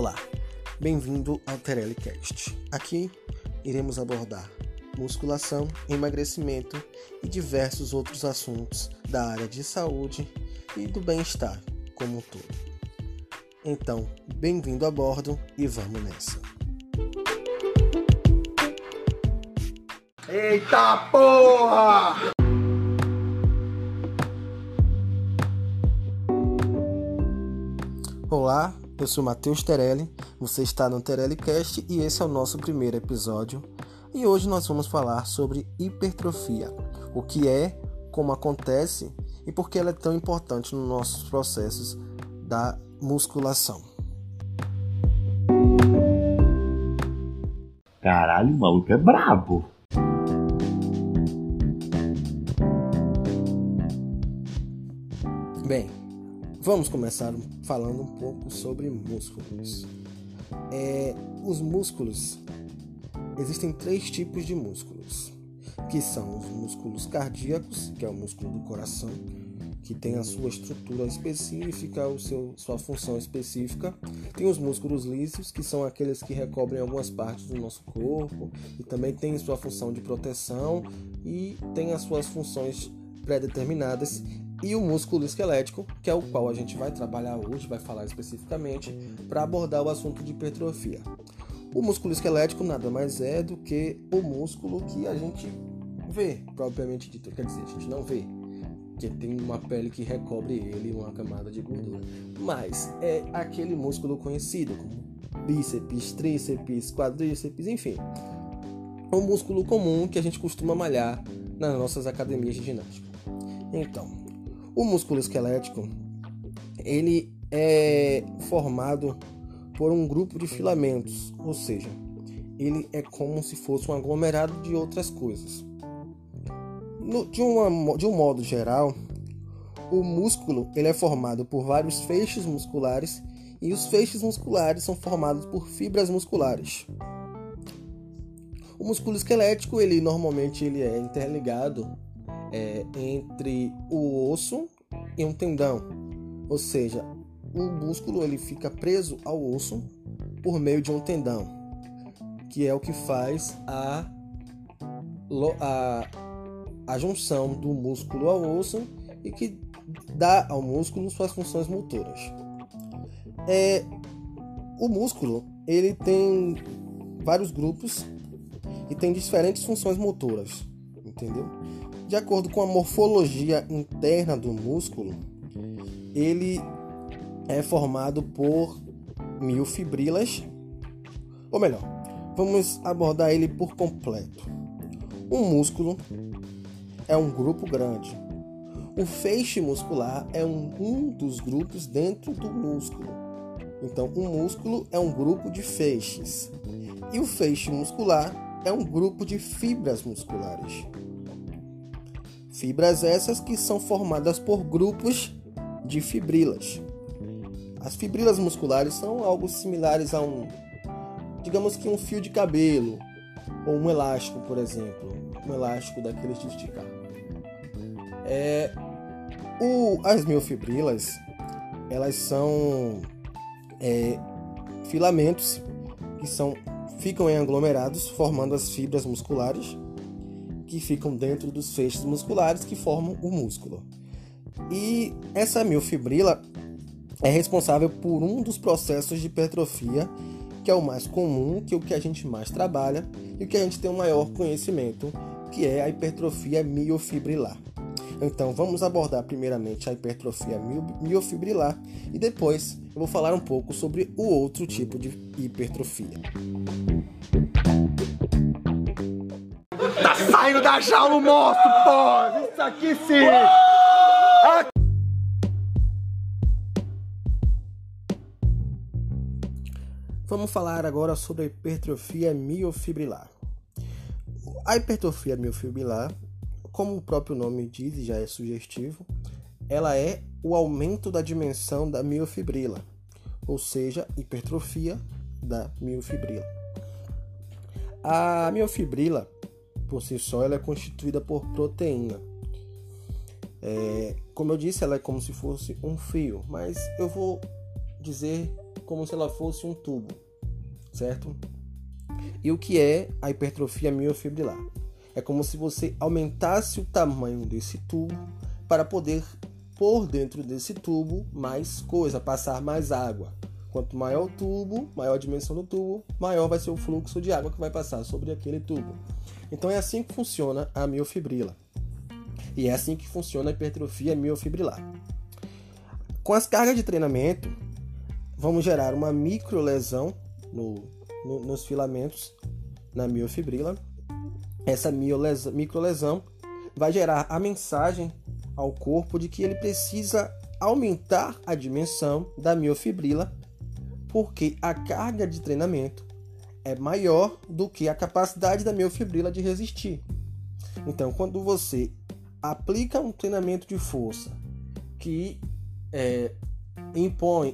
Olá, bem-vindo ao TereliCast. Aqui iremos abordar musculação, emagrecimento e diversos outros assuntos da área de saúde e do bem-estar como um todo. Então, bem-vindo a bordo e vamos nessa. Eita porra! Olá, eu sou Matheus Tereli, você está no TereliCast e esse é o nosso primeiro episódio. E hoje nós vamos falar sobre hipertrofia, o que é, como acontece e por que ela é tão importante nos nossos processos da musculação. Caralho, o maluco é brabo. Bem, vamos começar falando um pouco sobre músculos. Os músculos, existem 3 tipos de músculos, que são os músculos cardíacos, que é o músculo do coração, que tem a sua estrutura específica, sua função específica. Tem os músculos lísios, que são aqueles que recobrem algumas partes do nosso corpo e também tem sua função de proteção e tem as suas funções pré-determinadas. E o músculo esquelético, que é o qual a gente vai trabalhar hoje, vai falar especificamente para abordar o assunto de hipertrofia. O músculo esquelético nada mais é do que o músculo que a gente vê, propriamente dito. Quer dizer, a gente não vê, porque tem uma pele que recobre ele, uma camada de gordura. Mas é aquele músculo conhecido como bíceps, tríceps, quadríceps, enfim. É um músculo comum que a gente costuma malhar nas nossas academias de ginástica. Então, o músculo esquelético, ele é formado por um grupo de filamentos, ou seja, ele é como se fosse um aglomerado de outras coisas. De um modo geral, o músculo ele é formado por vários feixes musculares e os feixes musculares são formados por fibras musculares. O músculo esquelético, ele normalmente é interligado entre o osso e um tendão, ou seja, o músculo ele fica preso ao osso por meio de um tendão, que é o que faz a junção do músculo ao osso e que dá ao músculo suas funções motoras. O músculo ele tem vários grupos e tem diferentes funções motoras, entendeu? De acordo com a morfologia interna do músculo, ele é formado por miofibrilas, ou melhor, vamos abordar ele por completo. Um músculo é um grupo grande. O feixe muscular é um dos grupos dentro do músculo. Então, um músculo é um grupo de feixes. E o feixe muscular é um grupo de fibras musculares. Fibras essas que são formadas por grupos de fibrilas. As fibrilas musculares são algo similares a digamos que um fio de cabelo ou um elástico, por exemplo, um elástico daqueles de esticar. As miofibrilas, elas são filamentos que ficam em aglomerados formando as fibras musculares que ficam dentro dos feixes musculares que formam o músculo. E essa miofibrila é responsável por um dos processos de hipertrofia, que é o mais comum, que é o que a gente mais trabalha e o que a gente tem o maior conhecimento, que é a hipertrofia miofibrilar. Então vamos abordar primeiramente a hipertrofia miofibrilar e depois eu vou falar um pouco sobre o outro tipo de hipertrofia. Tá saindo da jaula o monstro, porra! Isso aqui sim! Vamos falar agora sobre a hipertrofia miofibrilar. A hipertrofia miofibrilar, como o próprio nome diz e já é sugestivo, ela é o aumento da dimensão da miofibrila, ou seja, hipertrofia da miofibrila. A miofibrila, por si só, ela é constituída por proteína. Como eu disse, ela é como se fosse um fio, mas eu vou dizer como se ela fosse um tubo, certo? E o que é a hipertrofia miofibrilar? É como se você aumentasse o tamanho desse tubo para poder pôr dentro desse tubo mais coisa, passar mais água. Quanto maior o tubo, maior a dimensão do tubo, maior vai ser o fluxo de água que vai passar sobre aquele tubo. Então é assim que funciona a miofibrila. E é assim que funciona a hipertrofia miofibrilar. Com as cargas de treinamento, vamos gerar uma microlesão nos filamentos, na miofibrila. Essa microlesão vai gerar a mensagem ao corpo de que ele precisa aumentar a dimensão da miofibrila, porque a carga de treinamento é maior do que a capacidade da miofibrila de resistir. Então, quando você aplica um treinamento de força que impõe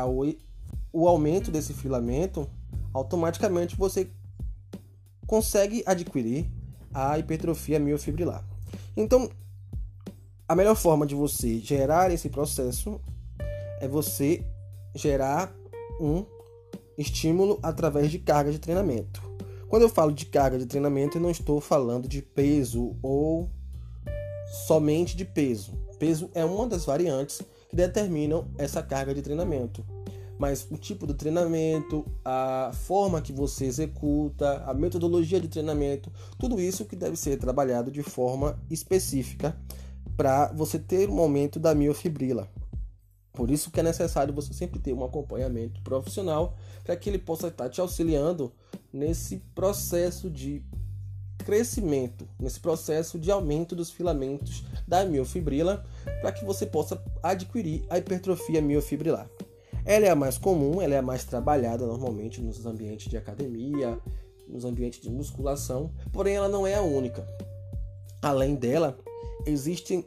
o aumento desse filamento, automaticamente você consegue adquirir a hipertrofia miofibrilar. Então, a melhor forma de você gerar esse processo é você gerar um estímulo através de carga de treinamento. Quando eu falo de carga de treinamento, eu não estou falando de peso ou somente de peso. Peso é uma das variantes que determinam essa carga de treinamento. Mas o tipo do treinamento, a forma que você executa, a metodologia de treinamento, tudo isso que deve ser trabalhado de forma específica para você ter um aumento da miofibrila. Por isso que é necessário você sempre ter um acompanhamento profissional para que ele possa estar te auxiliando nesse processo de crescimento, nesse processo de aumento dos filamentos da miofibrila, para que você possa adquirir a hipertrofia miofibrilar. Ela é a mais comum, ela é a mais trabalhada normalmente nos ambientes de academia, nos ambientes de musculação, porém ela não é a única. Além dela, existem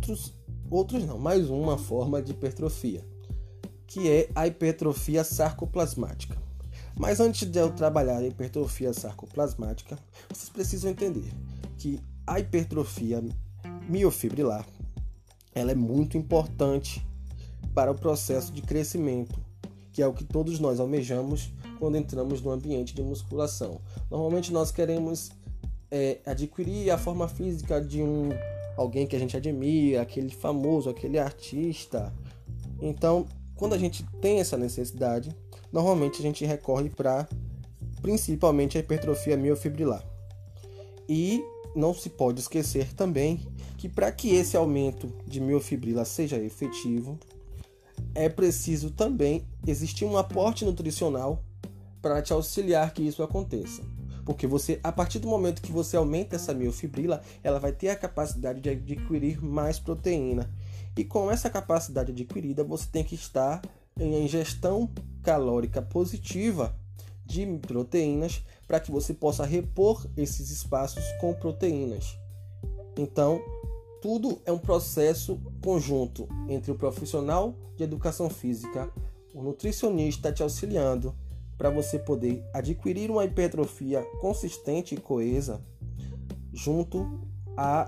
mais uma forma de hipertrofia, que é a hipertrofia sarcoplasmática. Mas antes de eu trabalhar a hipertrofia sarcoplasmática, vocês precisam entender que a hipertrofia miofibrilar ela é muito importante para o processo de crescimento, que é o que todos nós almejamos quando entramos no ambiente de musculação. Normalmente nós queremos adquirir a forma física de alguém que a gente admira, aquele famoso, aquele artista. Então, quando a gente tem essa necessidade, normalmente a gente recorre para principalmente a hipertrofia miofibrilar. E não se pode esquecer também que para que esse aumento de miofibrila seja efetivo, é preciso também existir um aporte nutricional para te auxiliar que isso aconteça. Porque você, a partir do momento que você aumenta essa miofibrila, ela vai ter a capacidade de adquirir mais proteína. E com essa capacidade adquirida, você tem que estar em ingestão calórica positiva de proteínas para que você possa repor esses espaços com proteínas. Então, tudo é um processo conjunto entre o profissional de educação física, o nutricionista te auxiliando para você poder adquirir uma hipertrofia consistente e coesa junto a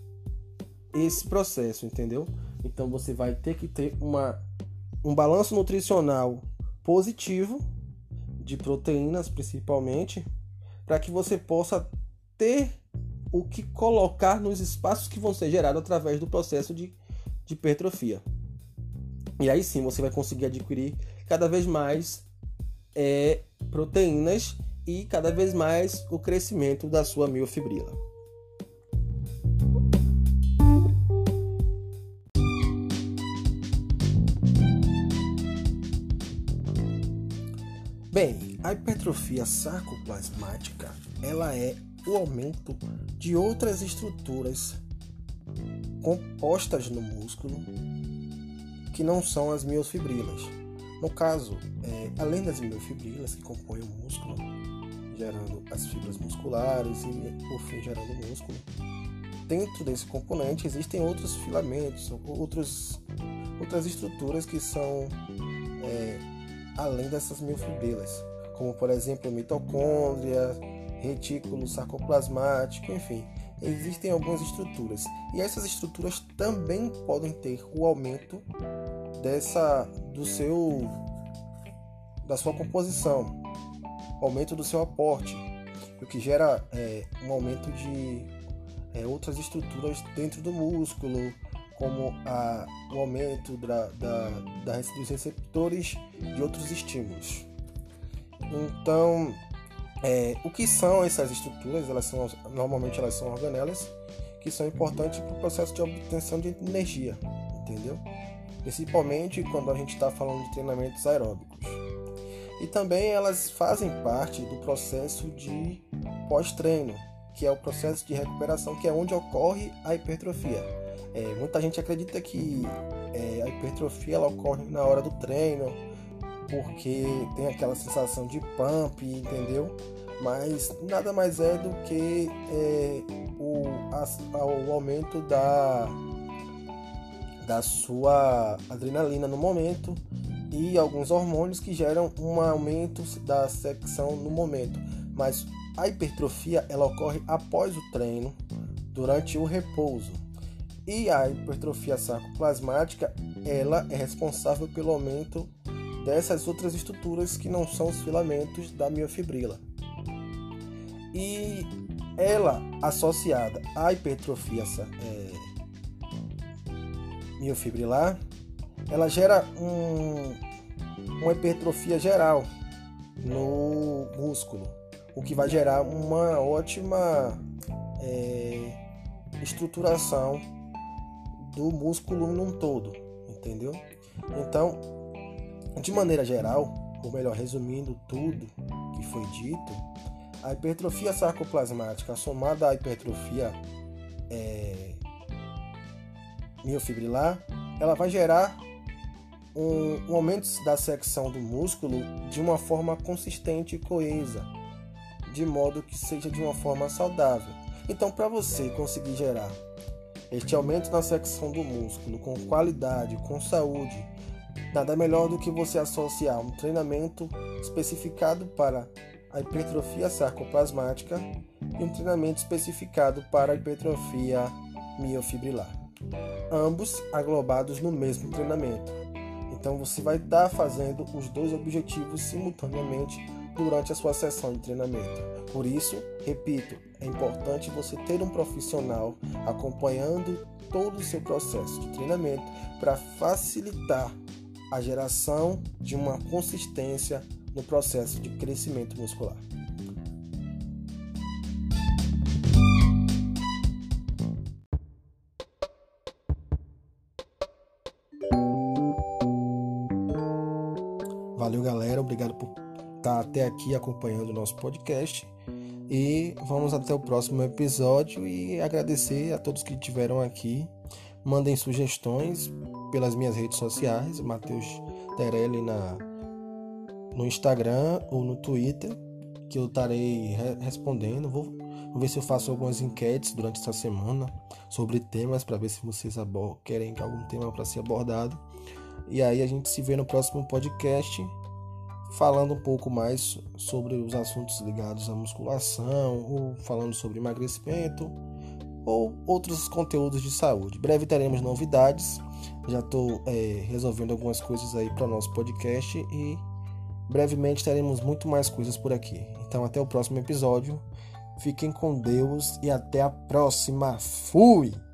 esse processo, entendeu? Então você vai ter que ter um balanço nutricional positivo, de proteínas principalmente, para que você possa ter o que colocar nos espaços que vão ser gerados através do processo de hipertrofia. E aí sim você vai conseguir adquirir cada vez mais proteínas e cada vez mais o crescimento da sua miofibrila. Bem, a hipertrofia sarcoplasmática ela é o aumento de outras estruturas compostas no músculo que não são as miofibrilas. No caso, além das miofibrilas que compõem o músculo, gerando as fibras musculares e, por fim, gerando o músculo, dentro desse componente existem outros filamentos, outras estruturas que são além dessas miofibrilas, como, por exemplo, mitocôndria, retículo sarcoplasmático, enfim, existem algumas estruturas. E essas estruturas também podem ter o aumento da sua composição, o aumento do seu aporte, o que gera um aumento de outras estruturas dentro do músculo, como o aumento dos receptores de outros estímulos. Então, o que são essas estruturas? Normalmente elas são organelas que são importantes para o processo de obtenção de energia, entendeu? Principalmente quando a gente está falando de treinamentos aeróbicos. E também elas fazem parte do processo de pós-treino, que é o processo de recuperação, que é onde ocorre a hipertrofia. Muita gente acredita que a hipertrofia ela ocorre na hora do treino, porque tem aquela sensação de pump, entendeu? Mas nada mais é do que o aumento da sua adrenalina no momento e alguns hormônios que geram um aumento da secção no momento. Mas a hipertrofia ela ocorre após o treino, durante o repouso. E a hipertrofia sarcoplasmática ela é responsável pelo aumento dessas outras estruturas que não são os filamentos da miofibrila. E ela, associada à hipertrofia miofibrilar, ela gera uma hipertrofia geral no músculo, o que vai gerar uma ótima estruturação do músculo num todo, entendeu? Então, de maneira geral, ou melhor, resumindo tudo que foi dito, a hipertrofia sarcoplasmática somada à hipertrofia miofibrilar, ela vai gerar um aumento da secção do músculo de uma forma consistente e coesa, de modo que seja de uma forma saudável. Então, para você conseguir gerar este aumento na secção do músculo com qualidade, com saúde, nada melhor do que você associar um treinamento especificado para a hipertrofia sarcoplasmática e um treinamento especificado para a hipertrofia miofibrilar, ambos aglobados no mesmo treinamento. Então você vai estar fazendo os dois objetivos simultaneamente durante a sua sessão de treinamento. Por isso, repito, é importante você ter um profissional acompanhando todo o seu processo de treinamento para facilitar a geração de uma consistência no processo de crescimento muscular. Valeu, galera. Obrigado por estar até aqui acompanhando o nosso podcast. E vamos até o próximo episódio e agradecer a todos que estiveram aqui. Mandem sugestões pelas minhas redes sociais, Matheus Terelli no Instagram ou no Twitter, que eu estarei respondendo. Vou ver se eu faço algumas enquetes durante essa semana sobre temas, para ver se vocês querem algum tema para ser abordado. E aí a gente se vê no próximo podcast, falando um pouco mais sobre os assuntos ligados à musculação, ou falando sobre emagrecimento, ou outros conteúdos de saúde. Breve teremos novidades, já estou resolvendo algumas coisas aí para o nosso podcast e brevemente teremos muito mais coisas por aqui. Então até o próximo episódio, fiquem com Deus e até a próxima. Fui!